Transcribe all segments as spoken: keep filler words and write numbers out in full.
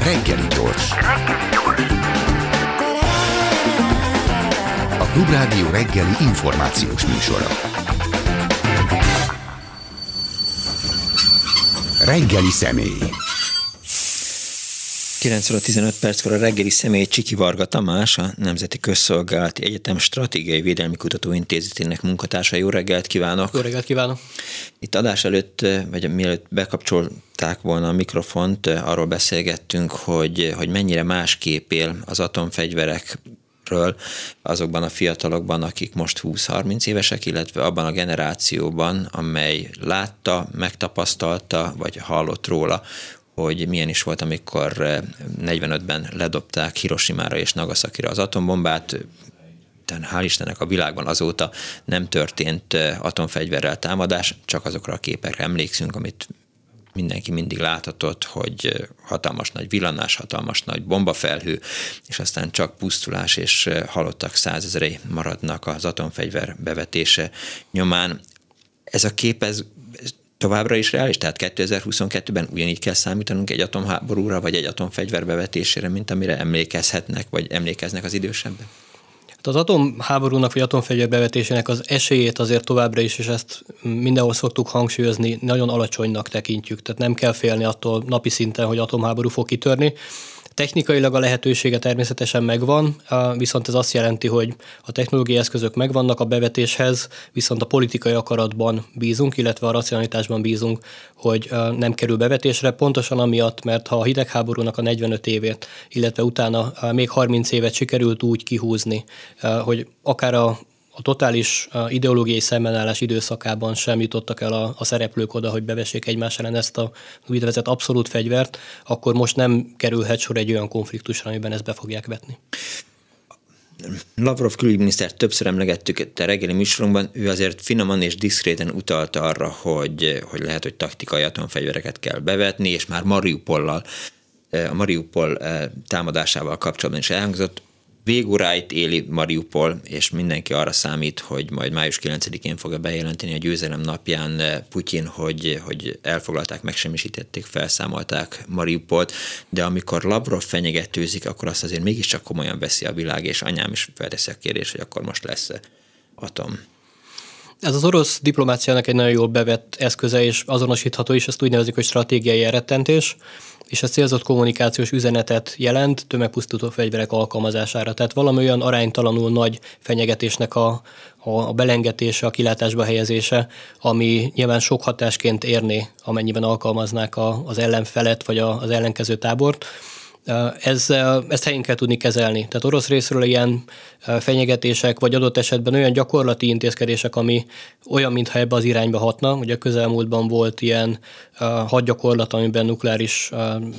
Reggeli gyors. A Klubrádió reggeli információs műsora. Reggeli személy. kilenc óra tizenöt perckor a reggeli személy Csiki Varga Tamás, a Nemzeti Közszolgálati Egyetem Stratégiai Védelmi Kutatóintézetének munkatársa. Jó reggelt kívánok! Jó reggelt kívánok! Itt adás előtt, vagy mielőtt bekapcsolták volna a mikrofont, arról beszélgettünk, hogy, hogy mennyire másképp él az atomfegyverekről azokban a fiatalokban, akik most húsz-harminc évesek, illetve abban a generációban, amely látta, megtapasztalta, vagy hallott róla, hogy milyen is volt, amikor negyvenötben ledobták Hirosimára és Nagasakira az atombombát. Hál' Istennek a világban azóta nem történt atomfegyverrel támadás, csak azokra a képekre emlékszünk, amit mindenki mindig láthatott, hogy hatalmas nagy villanás, hatalmas nagy bombafelhő, és aztán csak pusztulás és halottak százezrei maradnak az atomfegyver bevetése nyomán. Ez a kép, ez továbbra is reális? Tehát kétezer-huszonkettőben ugyanígy kell számítanunk egy atomháborúra, vagy egy atomfegyver bevetésére, mint amire emlékezhetnek, vagy emlékeznek az idősebbek? Az atomháborúnak, vagy atomfegyver bevetésének az esélyét azért továbbra is, és ezt mindenhol szoktuk hangsúlyozni, nagyon alacsonynak tekintjük. Tehát nem kell félni attól napi szinten, hogy atomháború fog kitörni. Technikailag a lehetősége természetesen megvan, viszont ez azt jelenti, hogy a technológiai eszközök megvannak a bevetéshez, viszont a politikai akaratban bízunk, illetve a racionalitásban bízunk, hogy nem kerül bevetésre, pontosan amiatt, mert ha a hidegháborúnak a negyvenöt évét, illetve utána még harminc évet sikerült úgy kihúzni, hogy akár a A totális ideológiai szembenállás időszakában sem jutottak el a, a szereplők oda, hogy bevessék egymás ellen ezt a úgynevezett abszolút fegyvert, akkor most nem kerülhet sor egy olyan konfliktusra, amiben ezt be fogják vetni. Lavrov külügyminisztert többször emlegettük a reggeli műsorunkban, ő azért finoman és diszkréten utalta arra, hogy, hogy lehet, hogy taktikai atomfegyvereket kell bevetni, és már Mariupollal, a Mariupol támadásával kapcsolatban is elhangzott. Végóráit éli Mariupol, és mindenki arra számít, hogy majd május kilencedikén fogja bejelenteni a győzelem napján Putyin, hogy, hogy elfoglalták, megsemmisítették, felszámolták Mariupolt, de amikor Lavrov fenyegetőzik, akkor azt azért mégiscsak komolyan veszi a világ, és anyám is felteszi a kérdést, hogy akkor most lesz atom. Ez az orosz diplomáciának egy nagyon jól bevett eszköze, és azonosítható is, ezt úgy nevezik, hogy stratégiai elrettentés, és ez célzott kommunikációs üzenetet jelent tömegpusztító fegyverek alkalmazására. Tehát valami olyan aránytalanul nagy fenyegetésnek a, a, a belengetése, a kilátásba helyezése, ami nyilván sok hatásként érné, amennyiben alkalmaznák a, az ellenfelet, vagy a, az ellenkező tábort. Ez, ezt helyén kell tudni kezelni. Tehát orosz részről ilyen fenyegetések, vagy adott esetben olyan gyakorlati intézkedések, ami olyan, mintha ebbe az irányba hatna. Ugye a közelmúltban volt ilyen hadgyakorlat, amiben nukleáris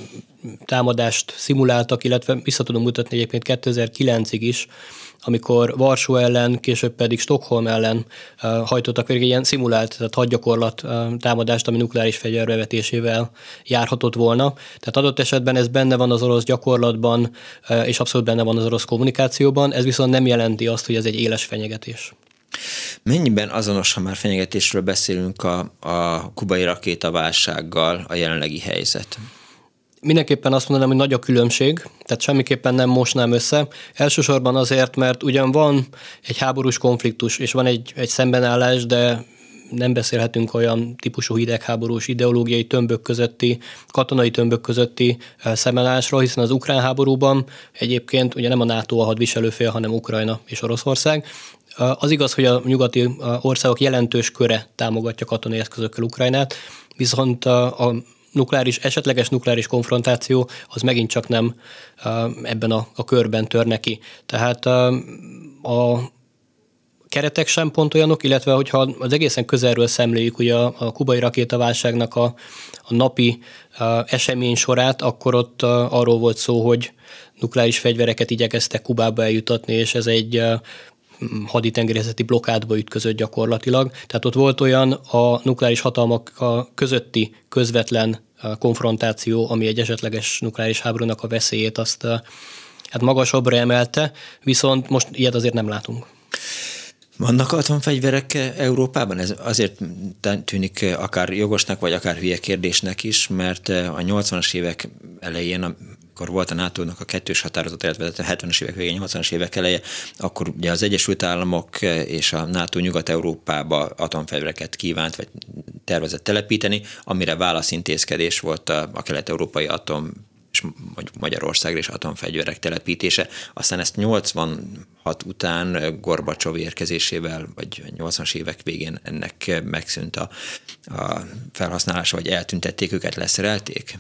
támadást szimuláltak, illetve vissza tudom mutatni egyébként kétezer-kilencig is, amikor Varsó ellen, később pedig Stockholm ellen uh, hajtottak végig ilyen szimulált, tehát hadgyakorlat uh, támadást, ami nukleáris fegyver bevetésével járhatott volna. Tehát adott esetben ez benne van az orosz gyakorlatban, uh, és abszolút benne van az orosz kommunikációban, ez viszont nem jelenti azt, hogy ez egy éles fenyegetés. Mennyiben azonos, ha már fenyegetésről beszélünk, a, a kubai rakétaválsággal a jelenlegi helyzet? Mindenképpen azt mondanám, hogy nagy a különbség, tehát semmiképpen nem mosnám össze. Elsősorban azért, mert ugyan van egy háborús konfliktus, és van egy, egy szembenállás, de nem beszélhetünk olyan típusú hidegháborús ideológiai tömbök közötti, katonai tömbök közötti szembenállásról, hiszen az ukrán háborúban egyébként ugye nem a NATO a hadviselőfél, hanem Ukrajna és Oroszország. Az igaz, hogy a nyugati országok jelentős köre támogatja katonai eszközökkel Ukrajnát, viszont a, a nukleáris, esetleges nukleáris konfrontáció az megint csak nem ebben a, a körben tör neki. Tehát a keretek sem pont olyanok, illetve hogyha az egészen közelről szemléljük ugye a, a kubai rakétaválságnak a, a napi a esemény sorát, akkor ott a, arról volt szó, hogy nukleáris fegyvereket igyekeztek Kubába eljutatni, és ez egy haditengerészeti blokkádba ütközött gyakorlatilag. Tehát ott volt olyan a nukleáris hatalmak közötti közvetlen konfrontáció, ami egy esetleges nukleáris háborúnak a veszélyét azt hát magasabbra emelte, viszont most ilyet azért nem látunk. Vannak atomfegyverek Európában? Ez azért tűnik akár jogosnak, vagy akár hülye kérdésnek is, mert a nyolcvanas évek elején, amikor volt a nátónak a kettős határozat, illetve a hetvenes évek végén, nyolcvanas évek eleje, akkor ugye az Egyesült Államok és a NATO Nyugat-Európába atomfegyvereket kívánt, vagy tervezett telepíteni, amire válaszintézkedés volt a, a kelet-európai atom és mondjuk Magyarországra is atomfegyverek telepítése. Aztán ezt nyolcvanhat után Gorbacsov érkezésével, vagy nyolcvanas évek végén ennek megszűnt a, a felhasználása, vagy eltüntették őket, leszerelték?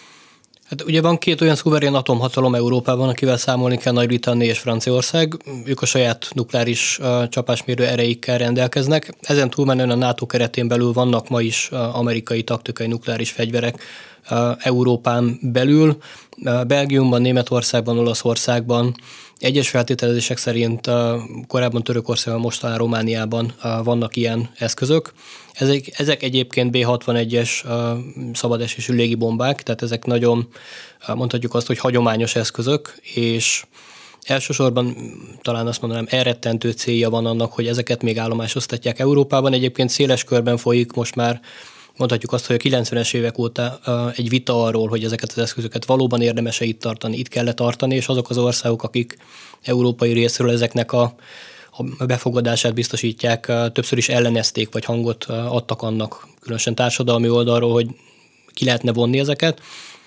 Hát ugye van két olyan szuverén atomhatalom Európában, akivel számolni kell, Nagy-Britannia és Franciaország. Ők a saját nukleáris uh, csapásmérő ereikkel rendelkeznek. Ezen túlmenően a NATO keretén belül vannak ma is uh, amerikai taktikai nukleáris fegyverek uh, Európán belül. Uh, Belgiumban, Németországban, Olaszországban, egyes feltételezések szerint uh, korábban Törökországban, most talán Romániában uh, vannak ilyen eszközök. Ezek, ezek egyébként bé hatvanegyes uh, szabadesésű légibombák, tehát ezek nagyon, uh, mondhatjuk azt, hogy hagyományos eszközök, és elsősorban talán azt mondanám, elrettentő célja van annak, hogy ezeket még állomásoztatják Európában. Egyébként széles körben folyik most már, mondhatjuk azt, hogy a kilencvenes évek óta uh, egy vita arról, hogy ezeket az eszközöket valóban érdemes-e itt tartani, itt kell tartani, és azok az országok, akik európai részről ezeknek a a befogadását biztosítják, többször is ellenezték, vagy hangot adtak annak, különösen társadalmi oldalról, hogy ki lehetne vonni ezeket.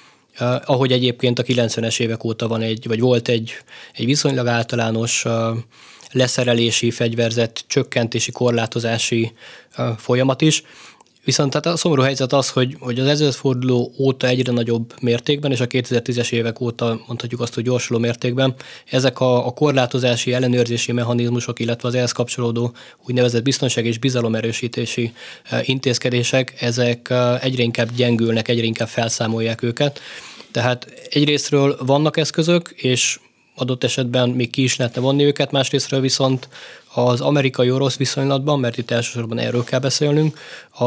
Ahogy egyébként a kilencvenes évek óta van egy, vagy volt egy, egy viszonylag általános leszerelési, fegyverzet, csökkentési, korlátozási folyamat is. Viszont tehát a szomorú helyzet az, hogy, hogy az ezredforduló óta egyre nagyobb mértékben, és a kétezer-tízes évek óta mondhatjuk azt, hogy gyorsuló mértékben, ezek a, a korlátozási, ellenőrzési mechanizmusok, illetve az ehhez kapcsolódó úgynevezett biztonság és bizalomerősítési intézkedések, ezek egyre inkább gyengülnek, egyre inkább felszámolják őket. Tehát egyrésztről vannak eszközök, és adott esetben még ki is lehetne vonni őket, másrésztről viszont az amerikai-orosz viszonylatban, mert itt elsősorban erről kell beszélnünk, a,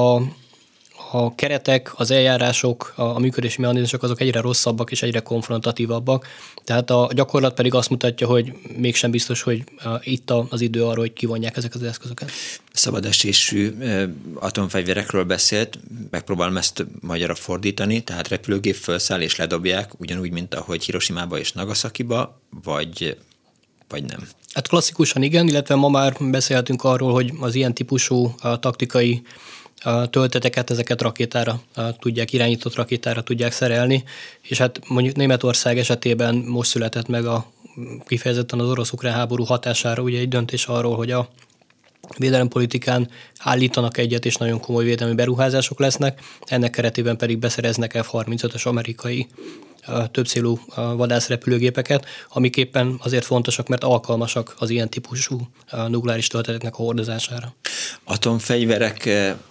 a keretek, az eljárások, a, a működési mechanizmusok azok egyre rosszabbak és egyre konfrontatívabbak. Tehát a gyakorlat pedig azt mutatja, hogy mégsem biztos, hogy itt az idő arra, hogy kivonják ezeket az eszközöket. Szabadesésű atomfegyverekről beszélt, megpróbálom ezt magyarra fordítani, tehát repülőgép felszáll és ledobják, ugyanúgy, mint ahogy Hiroshimába és Nagasakiba, vagy, vagy nem? Hát klasszikusan igen, illetve ma már beszéltünk arról, hogy az ilyen típusú a taktikai a tölteteket, ezeket rakétára a, tudják, irányított rakétára tudják szerelni, és hát mondjuk Németország esetében most született meg a kifejezetten az orosz-ukrán háború hatására ugye egy döntés arról, hogy a védelempolitikán állítanak egyet, és nagyon komoly védelmi beruházások lesznek, ennek keretében pedig beszereznek ef harmincötös amerikai többcélú vadászrepülőgépeket, amik éppen azért fontosak, mert alkalmasak az ilyen típusú nukleáris tölteteknek a hordozására. Atomfegyverek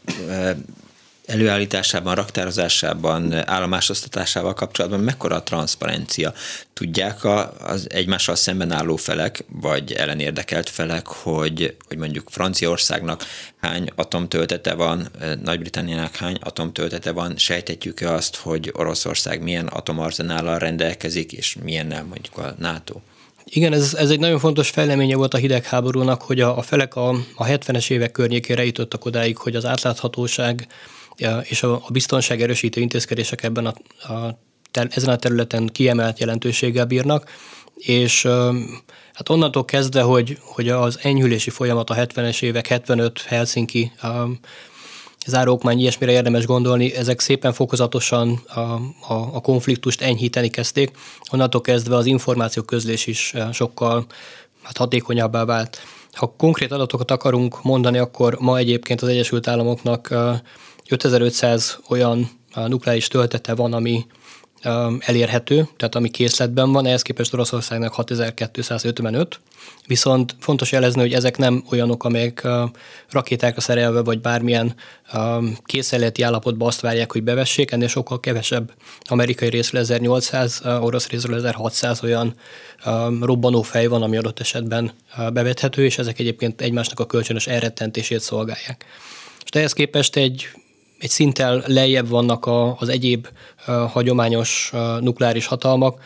előállításában, raktározásában, állomásoztatásával kapcsolatban mekkora a transzparencia? Tudják az egymással szemben álló felek, vagy ellenérdekelt felek, hogy, hogy mondjuk Franciaországnak hány atomtöltete van, Nagy-Britanniának hány atomtöltete van, sejtetjük-e azt, hogy Oroszország milyen atomarzenállal rendelkezik, és milyennel mondjuk a NATO? Igen, ez, ez egy nagyon fontos fejleménye volt a hidegháborúnak, hogy a, a felek a, a hetvenes évek környékére jutottak odáig, hogy az átláthatóság és a, a biztonság erősítő intézkedések ebben a, a, ezen a területen kiemelt jelentőséggel bírnak, és hát onnantól kezdve, hogy, hogy az enyhülési folyamat a hetvenes évek, hetvenöt Helsinki záróokmány, ilyesmire érdemes gondolni, ezek szépen fokozatosan a, a, a konfliktust enyhíteni kezdték. Onnantól kezdve az információk közlés is sokkal hát hatékonyabbá vált. Ha konkrét adatokat akarunk mondani, akkor ma egyébként az Egyesült Államoknak ötezer-ötszáz olyan nukleáris töltete van, ami elérhető, tehát ami készletben van, ehhez képest Oroszországnak hatezer-kétszázötvenöt, viszont fontos jelezni, hogy ezek nem olyanok, amelyek rakétákra szerelve, vagy bármilyen készenléti állapotban azt várják, hogy bevessék, ennél sokkal kevesebb amerikai részről ezernyolcszáz, orosz részről ezerhatszáz olyan robbanófej van, ami adott esetben bevethető, és ezek egyébként egymásnak a kölcsönös elrettentését szolgálják. És ehhez képest egy egy szinttel lejjebb vannak a, az egyéb uh, hagyományos uh, nukleáris hatalmak.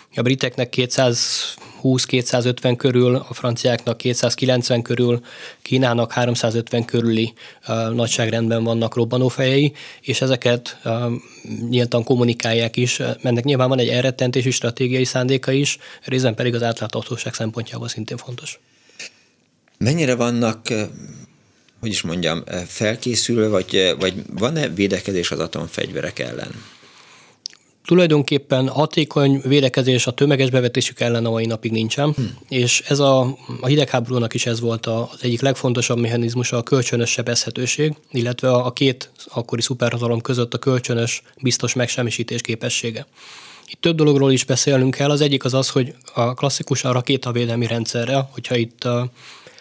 A briteknek kétszázhúsz-kétszázötven körül, a franciáknak kétszázkilencven körül, Kínának háromszázötven körüli uh, nagyságrendben vannak robbanófejei, és ezeket uh, nyíltan kommunikálják is. Ennek nyilván van egy elrettentési stratégiai szándéka is, részben pedig az átláthatóság szempontjából szintén fontos. Mennyire vannak, hogy is mondjam, felkészülve, vagy, vagy van-e védekezés az atomfegyverek ellen? Tulajdonképpen hatékony védekezés a tömeges bevetésük ellen a mai napig nincsen, hm. és ez a, a hidegháborúnak is ez volt az egyik legfontosabb mechanizmusa, a kölcsönös sebezhetőség, illetve a, a két akkori szuperhatalom között a kölcsönös biztos megsemmisítés képessége. Itt több dologról is beszélnünk kell. Az egyik az az, hogy a klasszikus a rakétavédelmi rendszerre, hogyha itt a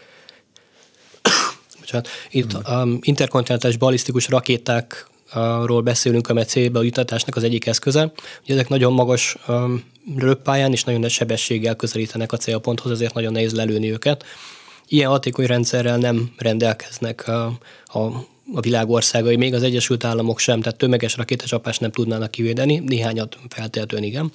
bocsánat, itt um, interkontinentális balisztikus rakéták ról beszélünk, amely célba jutatásnak az egyik eszköze. Ugye ezek nagyon magas um, röppályán és nagyon nagy sebességgel közelítenek a célponthoz, ezért nagyon nehéz lelőni őket. Ilyen hatékony rendszerrel nem rendelkeznek a, a, a világ országai, még az Egyesült Államok sem, tehát tömeges rakétacsapást nem tudnának kivédeni, néhányat feltétlenül igen.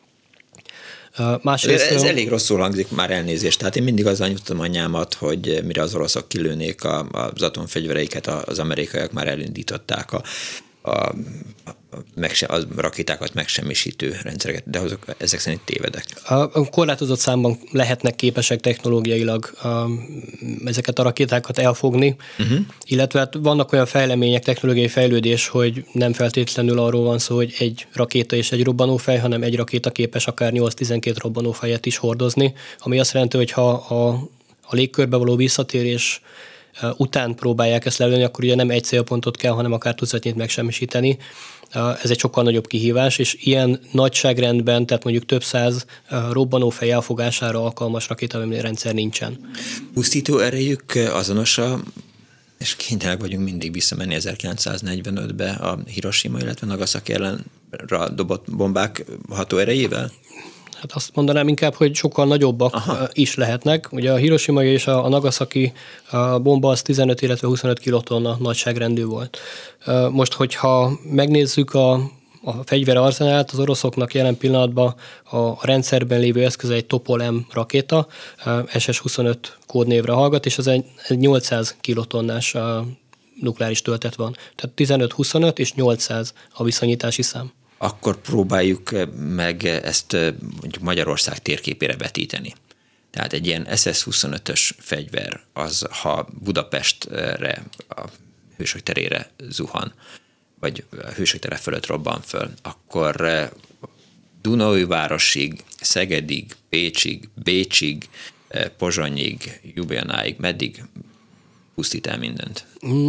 Másrészt, ez elég rosszul hangzik, már elnézést. Tehát én mindig azzal nyugtatom anyámat, hogy mire az oroszok kilőnék a, az atomfegyvereiket, az amerikaiak már elindították a, a, a, a, a rakétákat megsemmisítő rendszereket, de azok, ezek szerint tévedek. A korlátozott számban lehetnek képesek technológiailag a, ezeket a rakétákat elfogni, uh-huh. illetve hát vannak olyan fejlemények, technológiai fejlődés, hogy nem feltétlenül arról van szó, hogy egy rakéta és egy robbanófej, hanem egy rakéta képes akár nyolc-tizenkét robbanófejet is hordozni, ami azt jelenti, hogy ha a, a légkörbe való visszatérés után próbálják ezt lelőni, akkor ugye nem egy célpontot kell, hanem akár tucatnyit megsemmisíteni. Ez egy sokkal nagyobb kihívás, és ilyen nagyságrendben, tehát mondjuk több száz robbanófej elfogására alkalmas rakétavédelmi rendszer nincsen. Pusztító erejük azonos a, és kénytelenek vagyunk mindig visszamenni ezerkilencszáznegyvenötbe a Hiroshima, illetve Nagasaki ellen dobott bombák hatóerejével? Hát azt mondanám inkább, hogy sokkal nagyobbak Aha. is lehetnek. Ugye a Hiroshima és a Nagasaki a bomba az tizenöt, illetve huszonöt kilotonna nagyságrendű volt. Most, hogyha megnézzük a, a fegyverarzenált, az oroszoknak jelen pillanatban a rendszerben lévő eszköze egy Topol-M rakéta, es es huszonöt kódnévre hallgat, és ez egy, egy nyolcszáz kilotonnás nukleáris töltet van. Tehát tizenöt huszonöt és nyolcszáz a viszonyítási szám. Akkor próbáljuk meg ezt mondjuk Magyarország térképére vetíteni. Tehát egy ilyen es es huszonötös fegyver, az ha Budapestre, a Hősök terére zuhan, vagy a Hősök tere fölött robban föl, akkor Dunaújvárosig, Szegedig, Pécsig, Bécsig, Pozsonyig, Ljubljanáig, meddig pusztít el mindent?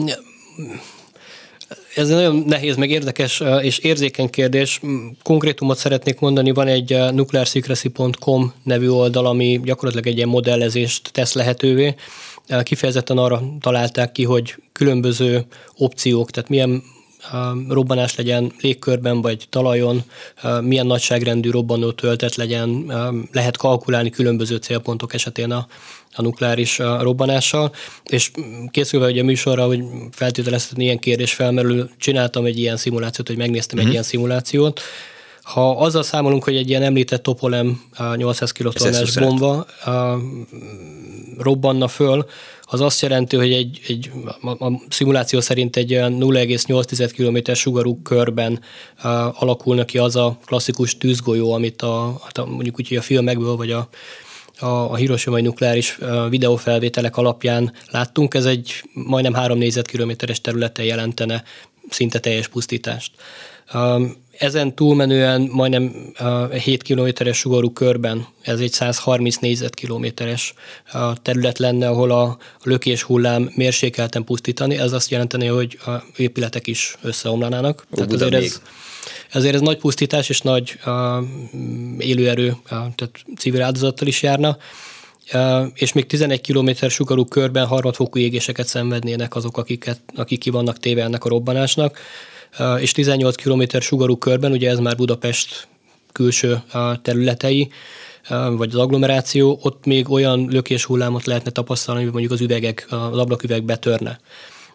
Ez egy nagyon nehéz, meg érdekes és érzékeny kérdés. Konkrétumot szeretnék mondani, van egy nuclear secrecy pont com nevű oldal, ami gyakorlatilag egy ilyen modellezést tesz lehetővé. Kifejezetten arra találták ki, hogy különböző opciók, tehát milyen robbanás legyen légkörben vagy talajon, milyen nagyságrendű robbanó töltet legyen, lehet kalkulálni különböző célpontok esetén a, a nukleáris robbanással, és készülve ugye a műsorra, hogy feltételezhetni ilyen kérdés felmerül, csináltam egy ilyen szimulációt, hogy megnéztem mm-hmm. egy ilyen szimulációt. Ha azzal számolunk, hogy egy ilyen említett Topol-M nyolcszáz kilotonnás bomba robbanna föl, az azt jelenti, hogy egy, egy, a, a szimuláció szerint egy olyan nulla egész nyolc kilométer sugarú körben uh, alakulna ki az a klasszikus tűzgolyó, amit a, hát a, mondjuk úgy, hogy a filmekből vagy a, a, a Hiroshimai nukleáris uh, videófelvételek alapján láttunk. Ez egy majdnem három négyzetkilométeres területen jelentene szinte teljes pusztítást. Um, Ezen túlmenően majdnem uh, hét kilométeres sugarú körben, ez egy száz harminc négyzetkilométeres uh, terület lenne, ahol a, a lökés hullám mérsékelten pusztítani. Ez azt jelenteni, hogy a épületek is összeomlanának. Ó, tehát azért ez, ezért ez nagy pusztítás és nagy uh, élőerő, uh, tehát civil áldozattal is járna. Uh, és még tizenegy kilométer sugarú körben harmadfokú égéseket szenvednének azok, akiket, akik ki vannak téve ennek a robbanásnak. Uh, és tizennyolc kilométer sugarú körben, ugye ez már Budapest külső uh, területei, uh, vagy az agglomeráció, ott még olyan lökéshullámot lehetne tapasztalani, hogy mondjuk az üvegek, az ablaküveg betörne.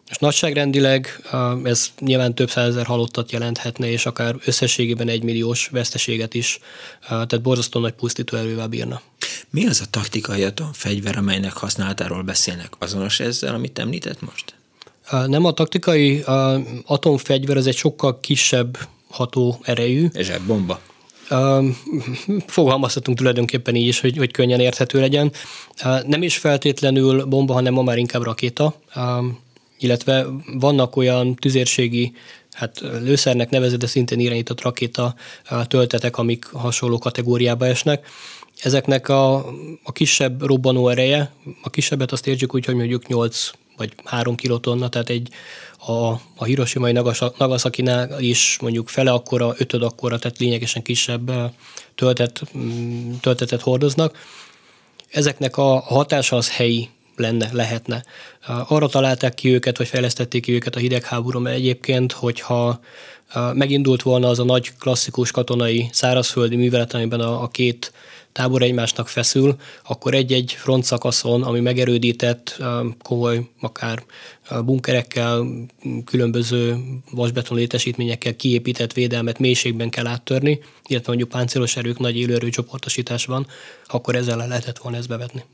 És nagyságrendileg ez nyilván több százezer halottat jelenthetne, és akár összességében egymilliós veszteséget is, tehát borzasztó nagy pusztító erővel bírna. Mi az a taktikai atomfegyver, amelynek használatáról beszélnek? Azonos ezzel, amit említett most? Nem, a taktikai atomfegyver az egy sokkal kisebb ható erejű. Zsebbomba. Fogalmazhatunk tulajdonképpen így is, hogy, hogy könnyen érthető legyen. Nem is feltétlenül bomba, hanem ma már inkább rakéta, illetve vannak olyan tüzérségi, hát lőszernek nevezett, de szintén irányított rakéta töltetek, amik hasonló kategóriába esnek. Ezeknek a, a kisebb robbanó ereje, a kisebbet azt értsük úgy, hogy mondjuk nyolc vagy három kilotonna, tehát egy a, a Hiroshimai Nagasakinál is mondjuk fele akkora, ötöd akkora, tehát lényegesen kisebb töltet, töltetet hordoznak. Ezeknek a hatása az helyi lenne, lehetne. Arra találták ki őket, vagy fejlesztették ki őket a hidegháborúban egyébként, hogyha megindult volna az a nagy klasszikus katonai szárazföldi művelet, amiben a, a két tábor egymásnak feszül, akkor egy-egy frontszakaszon, ami megerődített, komoly, akár bunkerekkel, különböző vasbeton létesítményekkel kiépített védelmet mélységben kell áttörni, illetve mondjuk páncélos erők nagy élőerő csoportosítás van, akkor ezzel le lehetett volna ezt bevetni.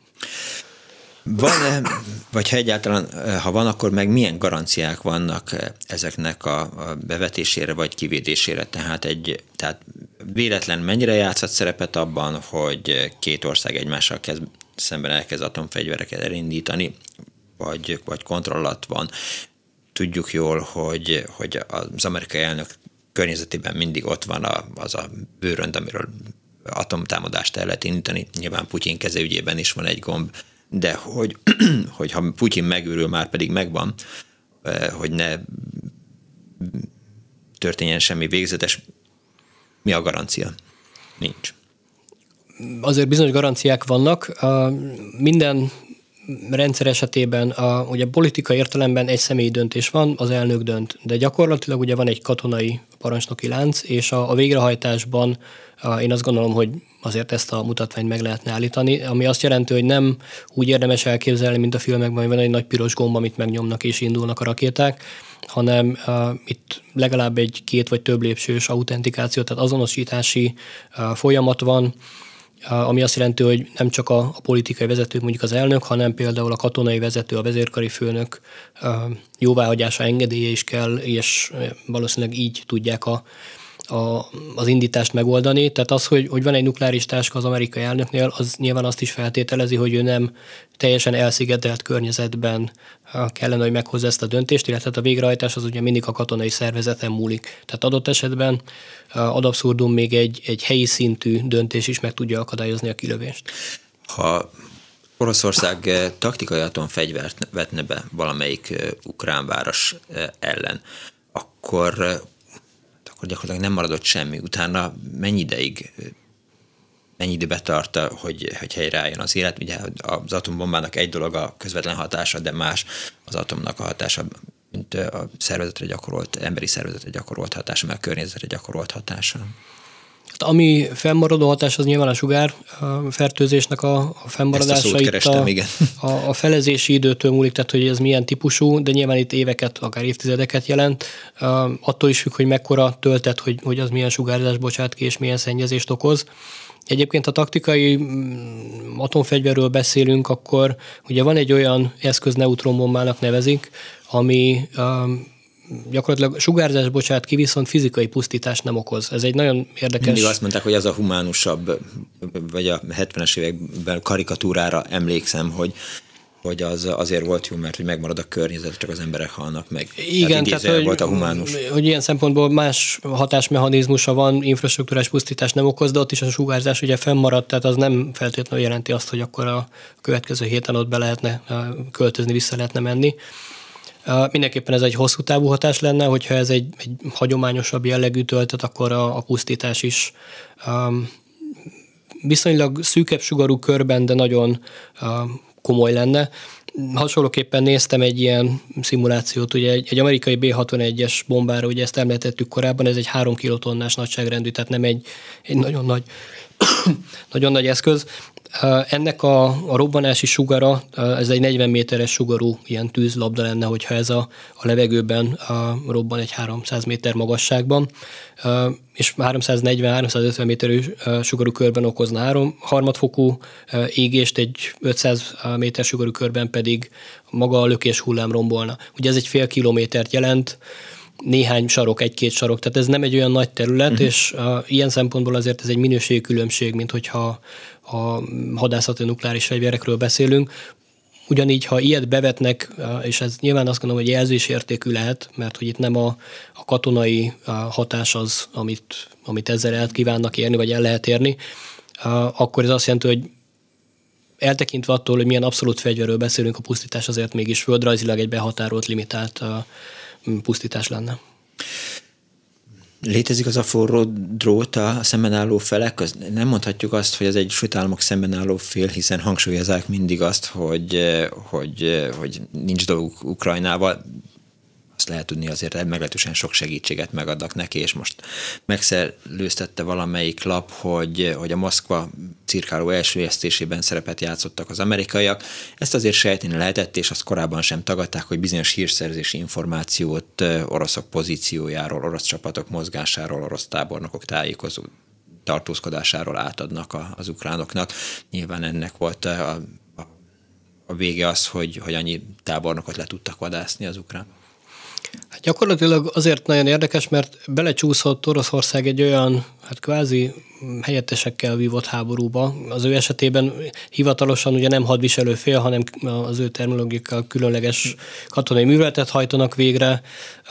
Van-e, vagy ha egyáltalán, ha van, akkor meg milyen garanciák vannak ezeknek a bevetésére vagy kivédésére? Tehát, egy, tehát véletlen mennyire játszhat szerepet abban, hogy két ország egymással kezd, szemben elkezd atomfegyvereket elindítani, vagy, vagy kontroll alatt van. Tudjuk jól, hogy, hogy az amerikai elnök környezetében mindig ott van a, az a bőrönd, amiről atomtámadást el lehet indítani. Nyilván Putyin kezügyében is van egy gomb, de hogy, hogy ha Putyin megőrül, már pedig megvan, hogy ne történjen semmi végzetes, mi a garancia? Nincs. Azért bizonyos garanciák vannak. Minden rendszer esetében a, ugye politikai értelemben egy személyi döntés van, az elnök dönt, de gyakorlatilag ugye van egy katonai parancsnoki lánc, és a, a végrehajtásban a, én azt gondolom, hogy azért ezt a mutatványt meg lehetne állítani, ami azt jelenti, hogy nem úgy érdemes elképzelni, mint a filmekben, hogy van egy nagy piros gomb, amit megnyomnak és indulnak a rakéták, hanem uh, itt legalább egy két vagy több lépcsős autentikáció, tehát azonosítási uh, folyamat van, ami azt jelenti, hogy nem csak a, a politikai vezető, mondjuk az elnök, hanem például a katonai vezető, a vezérkari főnök jóváhagyása, engedélye is kell, és valószínűleg így tudják a, a, az indítást megoldani. Tehát az, hogy, hogy van egy nukleáris táska az amerikai elnöknél, az nyilván azt is feltételezi, hogy ő nem teljesen elszigetelt környezetben kellene, hogy meghozza ezt a döntést, illetve a végrehajtás az ugye mindig a katonai szervezeten múlik. Tehát adott esetben ad abszurdum még egy, egy helyi szintű döntés is meg tudja akadályozni a kilövést. Ha Oroszország taktikai atomfegyvert vetne be valamelyik ukrán város ellen, akkor, akkor gyakorlatilag nem maradott semmi. Utána mennyi ideig mennyi időbe tart, hogy, hogy helyreálljon az élet. Ugye az atombombának egy dolog a közvetlen hatása, de más az atomnak a hatása, mint a szervezetre gyakorolt, emberi szervezetre gyakorolt hatása, meg a környezetre gyakorolt hatása. Ami fennmaradó hatás, az nyilván a sugár a fertőzésnek a, a fennmaradása. Ezt a szót kerestem, a, igen. A, a felezési időtől múlik, tehát hogy ez milyen típusú, de nyilván itt éveket, akár évtizedeket jelent. Attól is függ, hogy mekkora töltet, hogy, hogy az milyen sugárzás bocsát ki, és milyen szennyezést okoz. Egyébként ha taktikai atomfegyverről beszélünk, akkor ugye van egy olyan eszköz, neutronbombának nevezik, ami um, gyakorlatilag sugárzás bocsát ki, viszont fizikai pusztítást nem okoz. Ez egy nagyon érdekes... Mindig azt mondták, hogy az a humánusabb, vagy a hetvenes években karikatúrára emlékszem, hogy hogy az azért volt jó, mert hogy megmarad a környezet, csak az emberek halnak meg. Igen, tehát, tehát hogy, volt a humánus. Hogy ilyen szempontból más hatásmechanizmusa van, infrastruktúrás pusztítás nem okoz, de ott is a sugárzás ugye fennmaradt, tehát az nem feltétlenül jelenti azt, hogy akkor a következő héten ott be lehetne költözni, vissza lehetne menni. Mindenképpen ez egy hosszú távú hatás lenne, hogyha ez egy, egy hagyományosabb jellegű töltet, akkor a, a pusztítás is um, viszonylag szűkebb sugarú körben, de nagyon um, komoly lenne. Hasonlóképpen néztem egy ilyen szimulációt, ugye egy, egy amerikai bé hatvanegyes bombára, ugye ezt említettük korábban, ez egy három kilotonnás nagyságrendű, tehát nem egy, egy nagyon nagy nagyon nagy eszköz. Ennek a, a robbanási sugara, ez egy negyven méteres sugarú ilyen tűzlabda lenne, hogyha ez a, a levegőben a, robban egy háromszáz méter magasságban, és háromszáznegyven-háromszázötven méterű sugarú körben okozna három harmadfokú égést, egy ötszáz méter sugarú körben pedig maga a lökés hullám rombolna. Ugye ez egy fél kilométert jelent, néhány sarok, egy-két sarok, tehát ez nem egy olyan nagy terület, uh-huh. és uh, ilyen szempontból azért ez egy minőségi különbség, mint hogyha a hadászati nukleáris fegyverekről beszélünk. Ugyanígy, ha ilyet bevetnek, uh, és ez nyilván azt gondolom, hogy jelzésértékű lehet, mert hogy itt nem a, a katonai uh, hatás az, amit, amit ezzel el kívánnak érni, vagy el lehet érni, uh, akkor ez azt jelenti, hogy eltekintve attól, hogy milyen abszolút fegyverről beszélünk, a pusztítás azért mégis földrajzilag egy behatárolt, limitált uh, pusztítás lenne. Létezik az a forró drót a szemben álló felek? Az nem mondhatjuk azt, hogy az Egyesült Államok szemben álló fél, hiszen hangsúlyozzák mindig azt, hogy, hogy, hogy nincs dolguk Ukrajnával. Azt lehet tudni, azért meglehetősen sok segítséget megadnak neki, és most megszellőztette valamelyik lap, hogy, hogy a Moszkva cirkáló első esztésében szerepet játszottak az amerikaiak. Ezt azért sejteni lehetett, és azt korábban sem tagadták, hogy bizonyos hírszerzési információt oroszok pozíciójáról, orosz csapatok mozgásáról, orosz tábornokok tájékozó tartózkodásáról átadnak az ukránoknak. Nyilván ennek volt a, a, a vége az, hogy, hogy annyi tábornokot le tudtak vadászni az ukrán. Hát gyakorlatilag azért nagyon érdekes, mert belecsúszott Oroszország egy olyan, hát kvázi helyettesekkel vívott háborúba. Az ő esetében hivatalosan ugye nem hadviselő fél, hanem az ő terminológikkal különleges katonai műveletet hajtanak végre,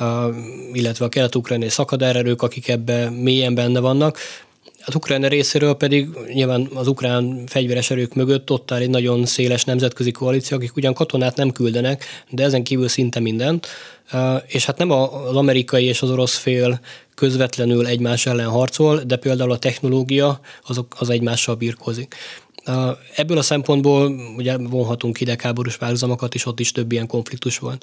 illetve a kelet-ukrajnai szakadárerők, akik ebben mélyen benne vannak. Az Ukrajna részéről pedig nyilván az ukrán fegyveres erők mögött ott áll egy nagyon széles nemzetközi koalíció, akik ugyan katonát nem küldenek, de ezen kívül szinte mindent. És hát nem az amerikai és az orosz fél közvetlenül egymás ellen harcol, de például a technológia azok, az egymással birkózik. Ebből a szempontból ugye vonhatunk hidegháborús párhuzamokat, és ott is több ilyen konfliktus volt.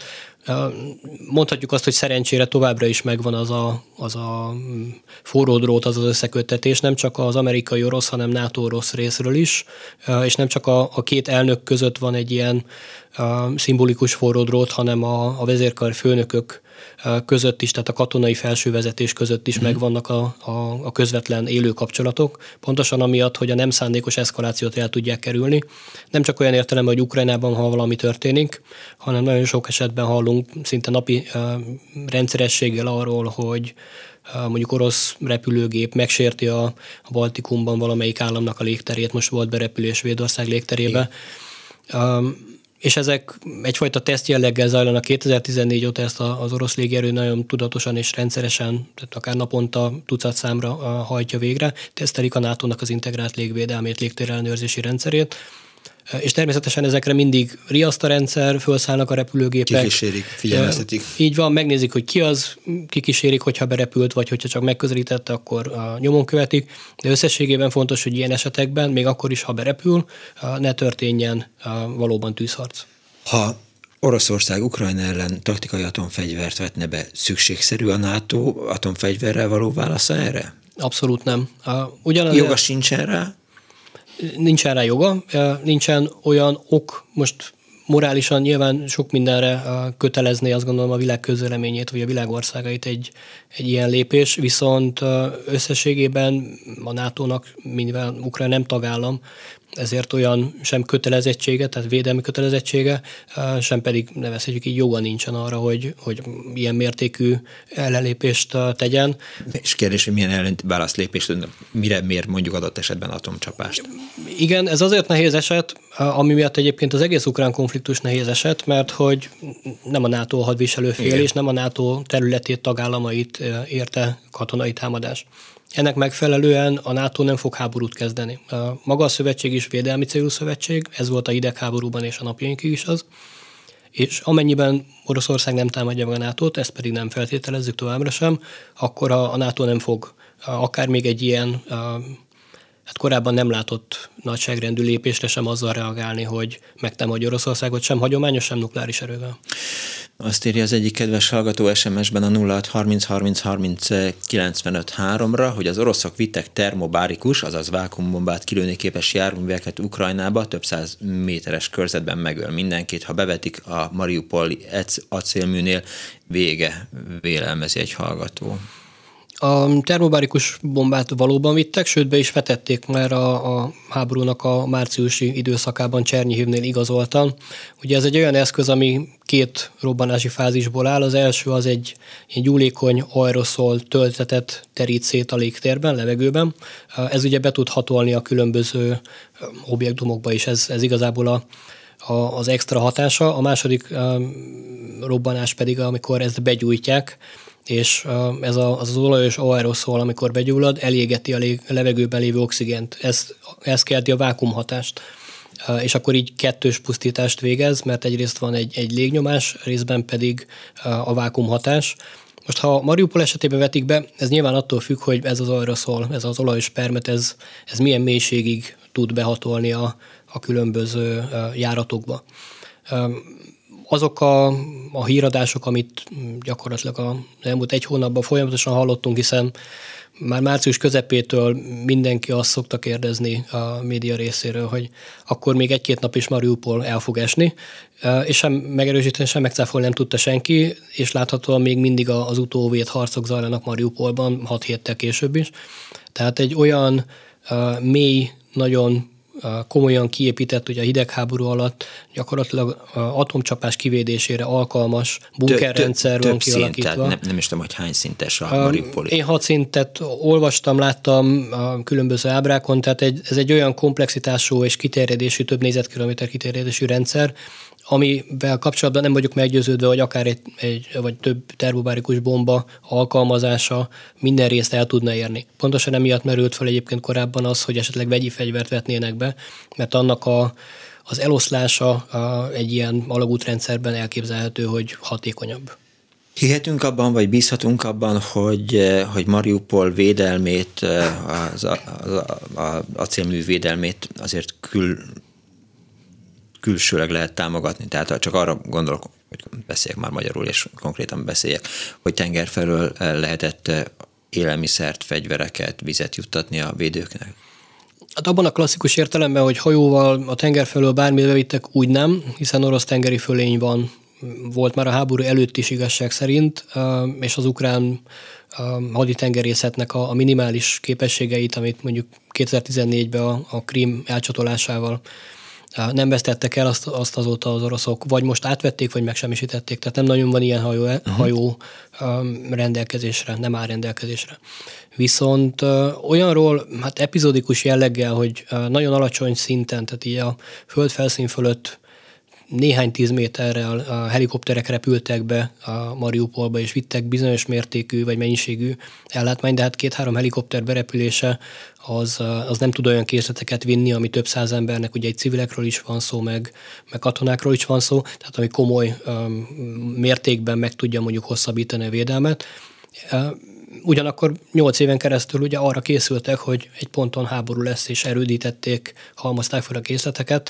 Mondhatjuk azt, hogy szerencsére továbbra is megvan az a, az a forró drót, az az összeköttetés, nem csak az amerikai-orosz, hanem NATO-orosz részről is, és nem csak a, a két elnök között van egy ilyen szimbolikus forró drót, hanem a, a vezérkar főnökök között is, tehát a katonai felsővezetés között is mm. megvannak a, a, a közvetlen élő kapcsolatok, pontosan amiatt, hogy a nem szándékos eszkalációt el tudják kerülni. Nem csak olyan értelemben, hogy Ukrajnában, ha valami történik, hanem nagyon sok esetben hallunk szinte napi uh, rendszerességgel arról, hogy uh, mondjuk orosz repülőgép megsérti a, a Baltikumban valamelyik államnak a légterét, most volt berepülés Svédország légterébe. Um, és ezek egyfajta teszt jelleggel zajlanak. kétezer-tizennégy óta ezt az orosz légierő nagyon tudatosan és rendszeresen, tehát akár naponta tucat számra hajtja végre, tesztelik a nátónak az integrált légvédelmét, légtérellenőrzési rendszerét, és természetesen ezekre mindig riaszt a rendszer, felszállnak a repülőgépek. Kikísérik, figyelmeztetik. Így van, megnézik, hogy ki az, kikísérik, hogyha berepült, vagy hogyha csak megközelítette, akkor nyomon követik. De összességében fontos, hogy ilyen esetekben, még akkor is, ha berepül, ne történjen valóban tűzharc. Ha Oroszország Ukrajna ellen taktikai atomfegyvert vetne be, szükségszerű a NATO atomfegyverrel való válasza erre? Abszolút nem. Ugyanaz Joga sincsen rá? Nincsen rá joga, nincsen olyan ok, most morálisan nyilván sok mindenre kötelezné, azt gondolom, a világ közvéleményét, vagy a világországait egy, egy ilyen lépés, viszont összességében a nátónak, mivel Ukrajna nem tagállam, ezért olyan sem kötelezettsége, tehát védelmi kötelezettsége, sem pedig nevezhetjük így joga nincsen arra, hogy, hogy ilyen mértékű ellenlépést tegyen. És kérdés, hogy milyen ellenválaszlépést, mire miért mondjuk adott esetben atomcsapást? Igen, ez azért nehéz eset, ami miatt egyébként az egész ukrán konfliktus nehéz eset, mert hogy nem a NATO hadviselő fél, igen, és nem a NATO területét, tagállamait érte katonai támadás. Ennek megfelelően a NATO nem fog háborút kezdeni. Maga a szövetség is védelmi célú szövetség, ez volt a hidegháborúban és a napjainkig is az, és amennyiben Oroszország nem támadja meg a nátót, ezt pedig nem feltételezzük továbbra sem, akkor a, a NATO nem fog akár még egy ilyen hát korábban nem látott nagyságrendű lépésre sem azzal reagálni, hogy megtámadja Oroszországot, sem hagyományos, sem nukleáris erővel. Azt írja az egyik kedves hallgató es em es-ben a nulla hat harminc harminc harminc kilencvenöt háromra, hogy az oroszok vittek termobárikus, azaz vákuumbombát kilőni képes járműveket Ukrajnába, több száz méteres körzetben megöl mindenkit, ha bevetik a mariupoli acélműnél, vége, vélelmezi egy hallgató. A termobárikus bombát valóban vittek, sőt be is vetették már a, a háborúnak a márciusi időszakában Csernyihivnél igazoltan. Ugye ez egy olyan eszköz, ami két robbanási fázisból áll. Az első az egy, egy gyúlékony aeroszol töltetet terít szét a légtérben, levegőben. Ez ugye be tud hatolni a különböző objektumokba is, ez, ez igazából a, a, az extra hatása. A második robbanás pedig, amikor ezt begyújtják, és ez a, az, az olajos aeroszol, amikor begyullad, elégeti a lég, levegőben lévő oxigént. Ez, ez kelti a vákuumhatást. És akkor így kettős pusztítást végez, mert egyrészt van egy, egy légnyomás, részben pedig a vákuumhatás. Most ha Mariupol esetében vetik be, ez nyilván attól függ, hogy ez az aeroszol, ez az olajos permet, ez, ez milyen mélységig tud behatolni a, a különböző járatokba. Azok a, a híradások, amit gyakorlatilag az elmúlt egy hónapban folyamatosan hallottunk, hiszen már március közepétől mindenki azt szokta kérdezni a média részéről, hogy akkor még egy-két nap is Mariupol el fog esni, és sem megerősíteni, sem megcáfolni nem tudta senki, és láthatóan még mindig az utóvét harcok zajlanak Mariupolban, hat héttel később is. Tehát egy olyan uh, mély, nagyon komolyan kiépített, ugye a hidegháború alatt gyakorlatilag atomcsapás kivédésére alkalmas bunkerrendszer van kialakítva. Szint, nem, nem is tudom, hogy hány szintes a Mariupoli. Én hat szintet olvastam, láttam a különböző ábrákon, tehát egy, ez egy olyan komplexitású és kiterjedésű, több négyzetkilométer kiterjedésű rendszer, amivel kapcsolatban nem vagyok meggyőződve, hogy akár egy, egy vagy több termobárikus bomba alkalmazása minden részt el tudna érni. Pontosan emiatt merült fel egyébként korábban az, hogy esetleg vegyi fegyvert vetnének be, mert annak a, az eloszlása a, egy ilyen alagútrendszerben elképzelhető, hogy hatékonyabb. Hihetünk abban, vagy bízhatunk abban, hogy, hogy Mariupol védelmét, az, az, az acélmű védelmét azért kül külsőleg lehet támogatni, tehát csak arra gondolok, hogy beszéljek már magyarul, és konkrétan beszéljek, hogy tenger felől lehetett élelmiszert, fegyvereket, vizet juttatni a védőknek. Hát abban a klasszikus értelemben, hogy hajóval a tenger felől bármit bevittek, úgy nem, hiszen orosz tengeri fölény van, volt már a háború előtt is igazság szerint, és az ukrán haditengerészetnek a minimális képességeit, amit mondjuk kétezer-tizennégyben a, a Krím elcsatolásával nem vesztettek el, azt, azt azóta az oroszok vagy most átvették, vagy megsemmisítették. Tehát nem nagyon van ilyen hajó, uh-huh. hajó um, rendelkezésre, nem áll rendelkezésre. Viszont uh, olyanról, hát epizódikus jelleggel, hogy uh, nagyon alacsony szinten, tehát így a földfelszín fölött néhány tíz méterrel a helikopterek repültek be a Mariupolba, és vittek bizonyos mértékű vagy mennyiségű ellátmányt, de hát két-három helikopter berepülése az, az nem tud olyan készleteket vinni, ami több száz embernek, ugye egy civilekről is van szó, meg, meg katonákról is van szó, tehát ami komoly um, mértékben meg tudja mondjuk hosszabbítani a védelmet. Uh, ugyanakkor nyolc éven keresztül ugye arra készültek, hogy egy ponton háború lesz, és erődítették, halmozták fel a készleteket.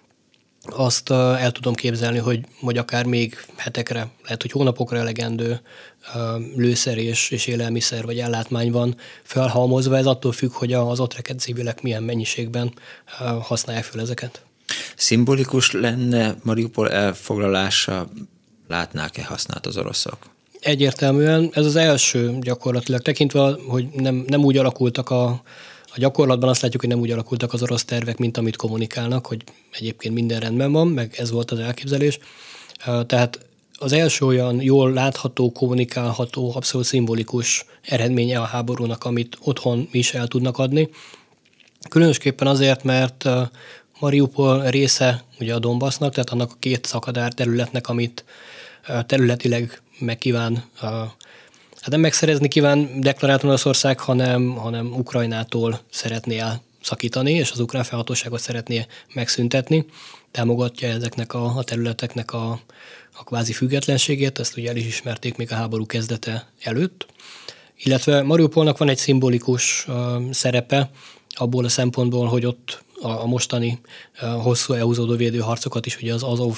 Azt el tudom képzelni, hogy, hogy akár még hetekre, lehet, hogy hónapokra elegendő lőszer és, és élelmiszer vagy ellátmány van felhalmozva. Ez attól függ, hogy az ott rekedt civilek milyen mennyiségben használják fel ezeket. Szimbolikus lenne Mariupol elfoglalása, látnák-e használt az oroszok? Egyértelműen ez az első gyakorlatilag, tekintve, hogy nem, nem úgy alakultak a A gyakorlatban azt látjuk, hogy nem úgy alakultak az orosz tervek, mint amit kommunikálnak, hogy egyébként minden rendben van, meg ez volt az elképzelés. Tehát az első olyan jól látható, kommunikálható, abszolút szimbolikus eredménye a háborúnak, amit otthon is el tudnak adni. Különösképpen azért, mert Mariupol része ugye a Donbassnak, tehát annak a két szakadár területnek, amit területileg megkíván Hát nem megszerezni kíván deklarált Oroszország, hanem, hanem Ukrajnától szeretné elszakítani, és az ukrán felhatóságot szeretné megszüntetni. Támogatja ezeknek a, a területeknek a, a kvázi függetlenségét, ezt ugye el is ismerték még a háború kezdete előtt. Illetve Mariupolnak van egy szimbolikus uh, szerepe, abból a szempontból, hogy ott a mostani hosszú elhúzódó védőharcokat is ugye az Azov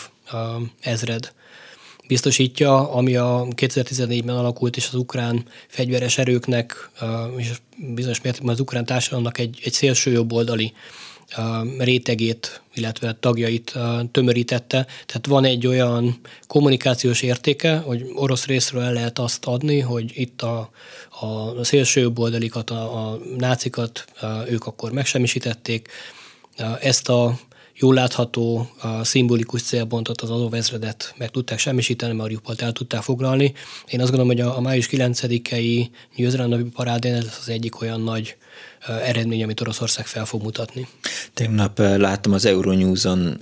ezred biztosítja, ami a kétezer-tizennégyben alakult, és az ukrán fegyveres erőknek, és bizonyos mértékben az ukrán társadalomnak egy, egy szélső jobboldali rétegét, illetve tagjait tömörítette. Tehát van egy olyan kommunikációs értéke, hogy orosz részről el lehet azt adni, hogy itt a, a szélső jobboldalikat, a, a nácikat ők akkor megsemmisítették. Ezt a jól látható, a szimbolikus célpontot, az Azov ezredet meg tudták semmisíteni, Mariupolt el tudták foglalni. Én azt gondolom, hogy a, a május kilencedikei győzelem parádén ez az egyik olyan nagy eredmény, amit Oroszország fel fog mutatni. Tegnap láttam az Euronews-on,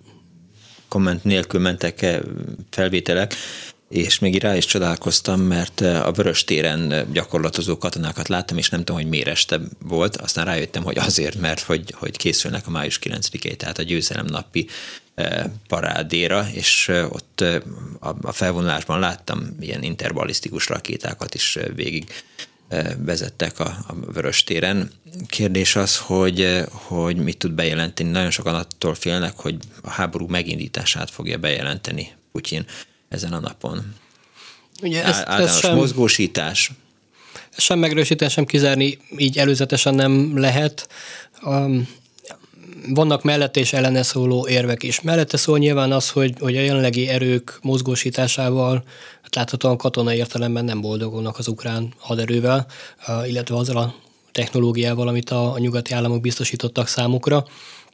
komment nélkül mentek felvételek, és még rá is csodálkoztam, mert a Vöröstéren gyakorlatozó katonákat láttam, és nem tudom, hogy miért este volt. Aztán rájöttem, hogy azért, mert hogy, hogy készülnek a május kilencedikei, tehát a győzelem napi parádéra, és ott a felvonulásban láttam ilyen interbalisztikus rakétákat is végig vezettek a, a Vöröstéren. Kérdés az, hogy, hogy mit tud bejelenteni. Nagyon sokan attól félnek, hogy a háború megindítását fogja bejelenteni Putyin ezen a napon. Ugye ezt, Általános ezt sem, mozgósítás. Sem megerősíteni, sem kizárni így előzetesen nem lehet. Um, vannak mellette és ellene szóló érvek is. Mellette szól nyilván az, hogy, hogy a jelenlegi erők mozgósításával hát láthatóan katonai értelemben nem boldogulnak az ukrán haderővel, illetve azzal a technológiával, amit a, a nyugati államok biztosítottak számukra.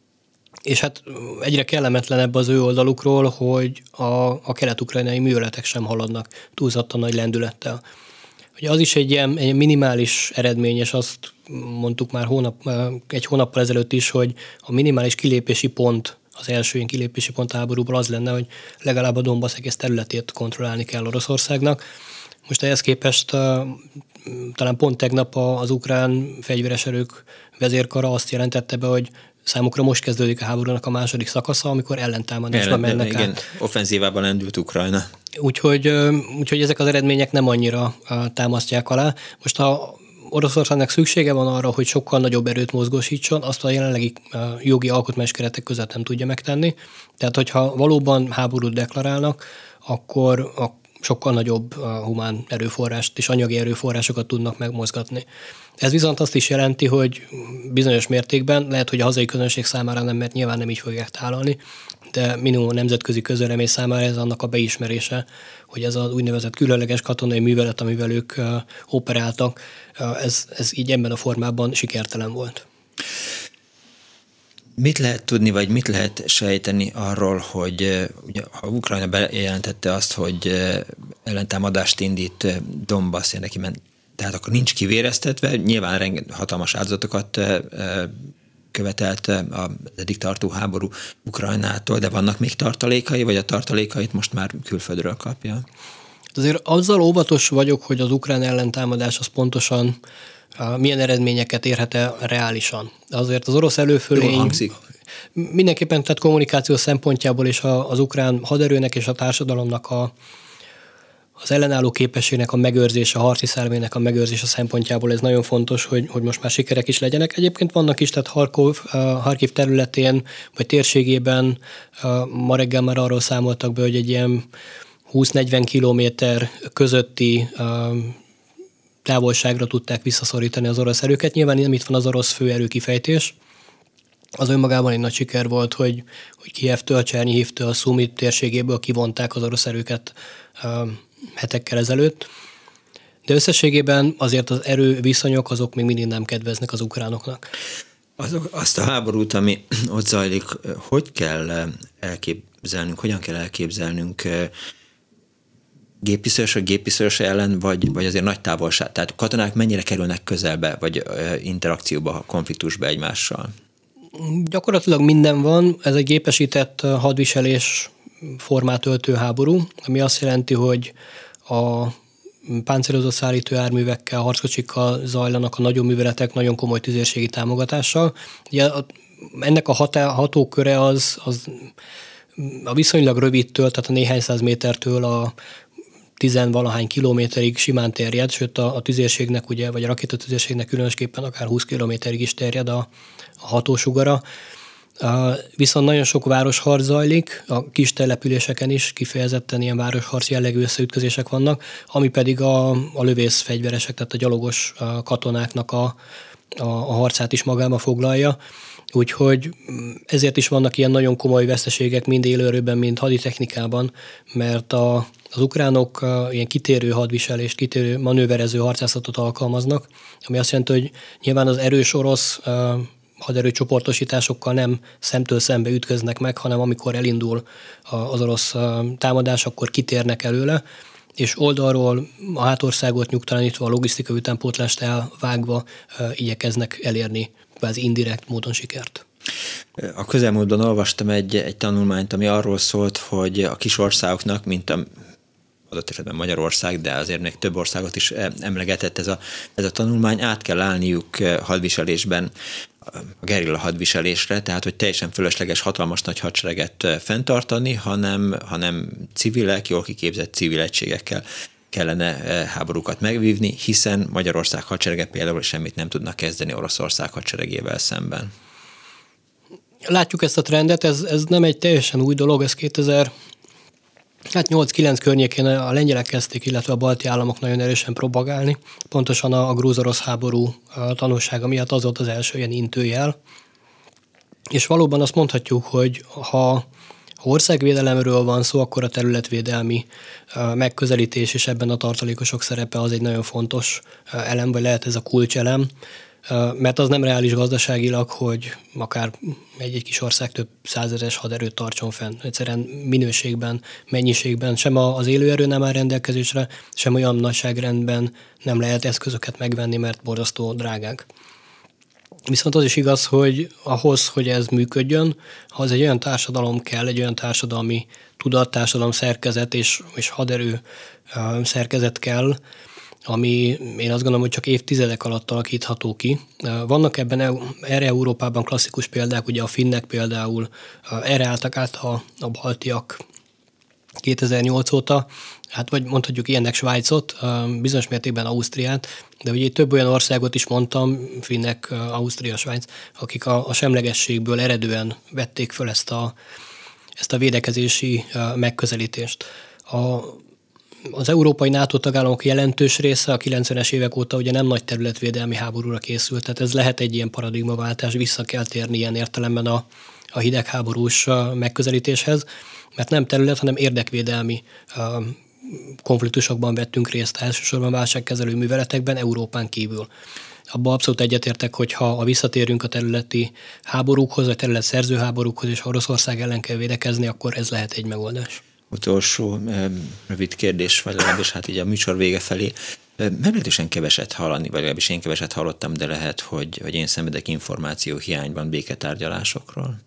És hát egyre kellemetlenebb az ő oldalukról, hogy a, a kelet-ukrajnai műveletek sem haladnak túlzottan nagy lendülettel. Ugye az is egy ilyen egy minimális eredmény, és azt mondtuk már hónap, egy hónappal ezelőtt is, hogy a minimális kilépési pont, az első ilyen kilépési pont a háborúból az lenne, hogy legalább a Donbass egész területét kontrollálni kell Oroszországnak. Most ehhez képest talán pont tegnap az ukrán fegyveres erők vezérkara azt jelentette be, hogy számukra most kezdődik a háborúnak a második szakasza, amikor ellentámadásba mennek igen, át. offenzívában lendült Ukrajna. Úgyhogy, úgyhogy ezek az eredmények nem annyira támasztják alá. Most ha Oroszországnak szüksége van arra, hogy sokkal nagyobb erőt mozgósítson, azt a jelenlegi jogi alkotmányos keretek között nem tudja megtenni. Tehát, hogyha valóban háborút deklarálnak, akkor a sokkal nagyobb humán erőforrást és anyagi erőforrásokat tudnak megmozgatni. Ez viszont azt is jelenti, hogy bizonyos mértékben, lehet, hogy a hazai közönség számára nem, mert nyilván nem így fogják tálalni, de minimum a nemzetközi közvélemény számára ez annak a beismerése, hogy ez az úgynevezett különleges katonai művelet, amivel ők operáltak, ez, ez így ebben a formában sikertelen volt. Mit lehet tudni, vagy mit lehet sejteni arról, hogy ugye, ha Ukrajna bejelentette azt, hogy ellentámadást indít Donbass érdekében, tehát akkor nincs kivéreztetve, nyilván hatalmas áldozatokat követelt a eddig tartó háború Ukrajnától, de vannak még tartalékai, vagy a tartalékait most már külföldről kapja? Azért azzal óvatos vagyok, hogy az ukrán ellentámadás az pontosan milyen eredményeket érhet el reálisan. Azért az orosz előfölény mindenképpen, tehát kommunikáció szempontjából és az ukrán haderőnek és a társadalomnak a, az ellenálló képességnek a megőrzése, a harci szellemének a megőrzése szempontjából ez nagyon fontos, hogy, hogy most már sikerek is legyenek. Egyébként vannak is, tehát Harkov, Harkiv területén vagy térségében ma reggel már arról számoltak be, hogy egy ilyen húsz-negyven kilométer közötti távolságra tudták visszaszorítani az orosz erőket. Nyilván nem itt van az orosz főerőkifejtés. Az önmagában egy nagy siker volt, hogy, hogy Kijevtől, Csernyihivtől, Szumi térségéből kivonták az orosz erőket uh, hetekkel ezelőtt. De összességében azért az erő viszonyok azok még mindig nem kedveznek az ukránoknak. Azok, azt a háborút, ami ott zajlik, hogy kell elképzelnünk, hogyan kell elképzelnünk gépiszős a gépiszős ellen, vagy, vagy azért nagy távolság? Tehát a katonák mennyire kerülnek közelbe, vagy interakcióba, konfliktusba egymással? Gyakorlatilag minden van. Ez egy gépesített hadviselés formát öltő háború, ami azt jelenti, hogy a páncélozott szállítőjárművekkel, harckocsikkal zajlanak a nagyobb műveletek nagyon komoly tüzérségi támogatással. Ugye ennek a hatá, hatóköre az, az a viszonylag rövidtől, tehát a néhány száz métertől a tizenvalahány kilométerig simán terjed, sőt a, a tüzérségnek, ugye, vagy a rakétatüzérségnek különösképpen akár húsz kilométerig is terjed a, a hatósugara. Uh, viszont nagyon sok városharc zajlik, a kis településeken is kifejezetten ilyen városharc jellegű összeütközések vannak, ami pedig a, a lövészfegyveresek, tehát a gyalogos uh, katonáknak a, a, a harcát is magába foglalja. Úgyhogy ezért is vannak ilyen nagyon komoly veszteségek mind élőerőben, mind haditechnikában, mert a, az ukránok uh, ilyen kitérő hadviselést, kitérő manőverező harcászatot alkalmaznak, ami azt jelenti, hogy nyilván az erős orosz uh, haderőcsoportosításokkal nem szemtől szembe ütköznek meg, hanem amikor elindul az orosz támadás, akkor kitérnek előle, és oldalról a hátországot nyugtalanítva, a logisztikai utánpótlást elvágva igyekeznek elérni az indirekt módon sikert. A közelmúltban olvastam egy, egy tanulmányt, ami arról szólt, hogy a kis országoknak, mint a adott esetben Magyarország, de azért még több országot is emlegetett ez a, ez a tanulmány, át kell állniuk hadviselésben a gerilla hadviselésre, tehát hogy teljesen fölösleges, hatalmas nagy hadsereget fenntartani, hanem, hanem civilek, jól kiképzett civil egységekkel kellene háborúkat megvívni, hiszen Magyarország hadserege például semmit nem tudnak kezdeni Oroszország hadseregével szemben. Látjuk ezt a trendet, ez, ez nem egy teljesen új dolog, ez kétezer-nyolc-kilenc környékén a lengyelek kezdték, illetve a balti államok nagyon erősen propagálni. Pontosan a, a grúz-orosz háború a tanulsága miatt az volt az első ilyen intőjel. És valóban azt mondhatjuk, hogy ha országvédelemről van szó, akkor a területvédelmi megközelítés és ebben a tartalékosok szerepe az egy nagyon fontos elem, vagy lehet ez a kulcselem, mert az nem reális gazdaságilag, hogy akár egy-egy kis ország több százeres haderőt tartson fenn. Egyszerűen minőségben, mennyiségben sem az élőerő nem áll rendelkezésre, sem olyan nagyságrendben nem lehet eszközöket megvenni, mert borzasztó drágák. Viszont az is igaz, hogy ahhoz, hogy ez működjön, az egy olyan társadalom kell, egy olyan társadalmi tudat, társadalom szerkezet és, és haderő szerkezet kell, ami én azt gondolom, hogy csak évtizedek alatt alakítható ki. Vannak ebben erre Európában klasszikus példák, ugye a finnek például erre álltak át a, a baltiak kétezer-nyolc óta, hát vagy mondhatjuk ilyennek Svájcot, bizonyos mértékben Ausztriát, de ugye több olyan országot is mondtam, finnek, Ausztria, Svájc, akik a, a semlegességből eredően vették föl ezt a, ezt a védekezési megközelítést. A Az európai NATO tagállamok jelentős része a kilencvenes évek óta ugye nem nagy területvédelmi háborúra készült, tehát ez lehet egy ilyen paradigmaváltás, vissza kell térni ilyen értelemben a, a hidegháborús megközelítéshez, mert nem terület, hanem érdekvédelmi konfliktusokban vettünk részt, elsősorban válságkezelő műveletekben Európán kívül. Abban abszolút egyetértek, hogy ha visszatérünk a területi háborúkhoz, a terület szerzőháborúkhoz, és Oroszország ellen kell védekezni, akkor ez lehet egy megoldás. Utolsó rövid kérdés, vagy legalábbis hát így a műsor vége felé. Meglehetősen keveset hallani, vagy legalábbis én keveset hallottam, de lehet, hogy, hogy én szenvedek információ hiányban béketárgyalásokról.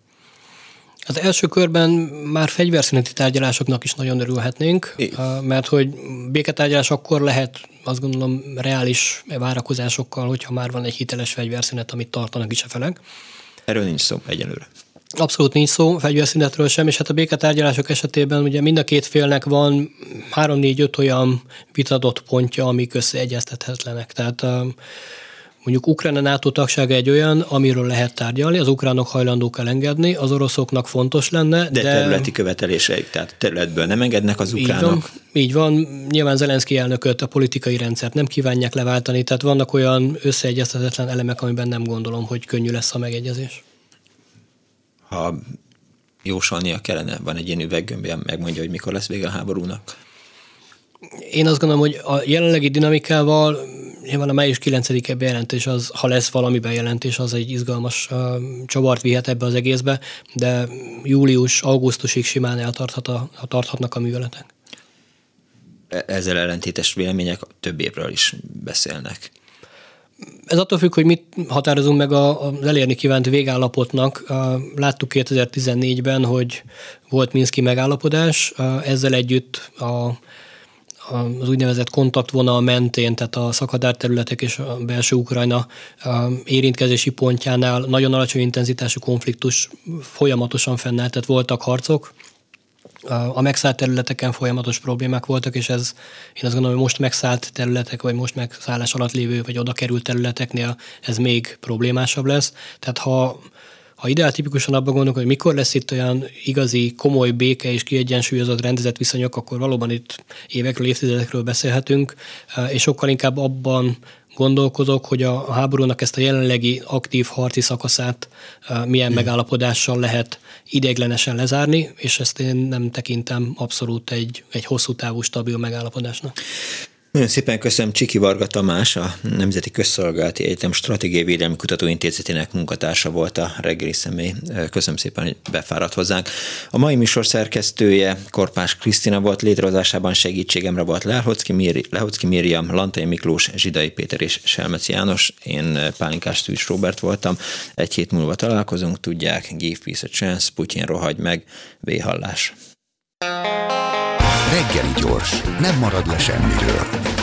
Az első körben már fegyverszüneti tárgyalásoknak is nagyon örülhetnénk, é. mert hogy béketárgyalás akkor lehet, azt gondolom, reális várakozásokkal, hogyha már van egy hiteles fegyverszünet, amit tartanak is a felek. Erről nincs szó egyelőre. Abszolút nincs szó fegyverszünetről sem, és hát a béketárgyalások esetében ugye mind a két félnek van három-négy-öt olyan vitatott pontja, amik összeegyeztethetetlenek. Tehát mondjuk Ukrajna NATO tagsága egy olyan, amiről lehet tárgyalni, az ukránok hajlandók elengedni, az oroszoknak fontos lenne. De, de területi követeléseik, tehát területből nem engednek az ukránok. Így van, így van. Nyilván Zelenszky elnököt, a politikai rendszert nem kívánják leváltani, tehát vannak olyan összeegyeztethetetlen elemek, amiben nem gondolom, hogy könnyű lesz a megegyezés. Ha jósolnia kellene, van egy ilyen üveggömbje, megmondja, hogy mikor lesz vége a háborúnak? Én azt gondolom, hogy a jelenlegi dinamikával, nyilván a május kilencedike bejelentés, az, ha lesz valami bejelentés, az egy izgalmas uh, csavart vihet ebbe az egészbe, de július, augusztusig simán eltarthat a, tarthatnak a műveletek. Ezzel ellentétes vélemények több évről is beszélnek. Ez attól függ, hogy mit határozunk meg az elérni kívánt végállapotnak. Láttuk kétezer-tizennégyben, hogy volt minszki megállapodás, ezzel együtt a, az úgynevezett kontaktvonal mentén, tehát a szakadárterületek és a belső Ukrajna érintkezési pontjánál nagyon alacsony intenzitású konfliktus folyamatosan fennállt, tehát voltak harcok. A megszállt területeken folyamatos problémák voltak, és ez én azt gondolom, hogy most megszállt területek, vagy most megszállás alatt lévő, vagy oda került területeknél ez még problémásabb lesz. Tehát ha, ha ideáltipikusan abban gondolok, hogy mikor lesz itt olyan igazi, komoly béke és kiegyensúlyozott rendezett viszonyok, akkor valóban itt évekről, évtizedekről beszélhetünk, és sokkal inkább abban gondolkodok, hogy a háborúnak ezt a jelenlegi aktív harci szakaszát milyen hmm. megállapodással lehet ideiglenesen lezárni, és ezt én nem tekintem abszolút egy, egy hosszú távú, stabil megállapodásnak. Nagyon szépen köszönöm. Csiki Varga Tamás, a Nemzeti Közszolgálati Egyetem Stratégiai Védelmi Kutatóintézetének munkatársa volt a reggeli személy. Köszönöm szépen, hogy befáradt hozzánk. A mai műsor szerkesztője Korpás Krisztina volt, létrehozásában segítségemre volt Lehocki, Mir- Lehocki Miriam, Lantai Miklós, Zsidai Péter és Selmec János. Én Pálinkás Szűcs Róbert voltam. Egy hét múlva találkozunk, tudják, give peace a chance, Putyin rohagy meg, véhallás. Reggeli gyors, nem marad le semmiről.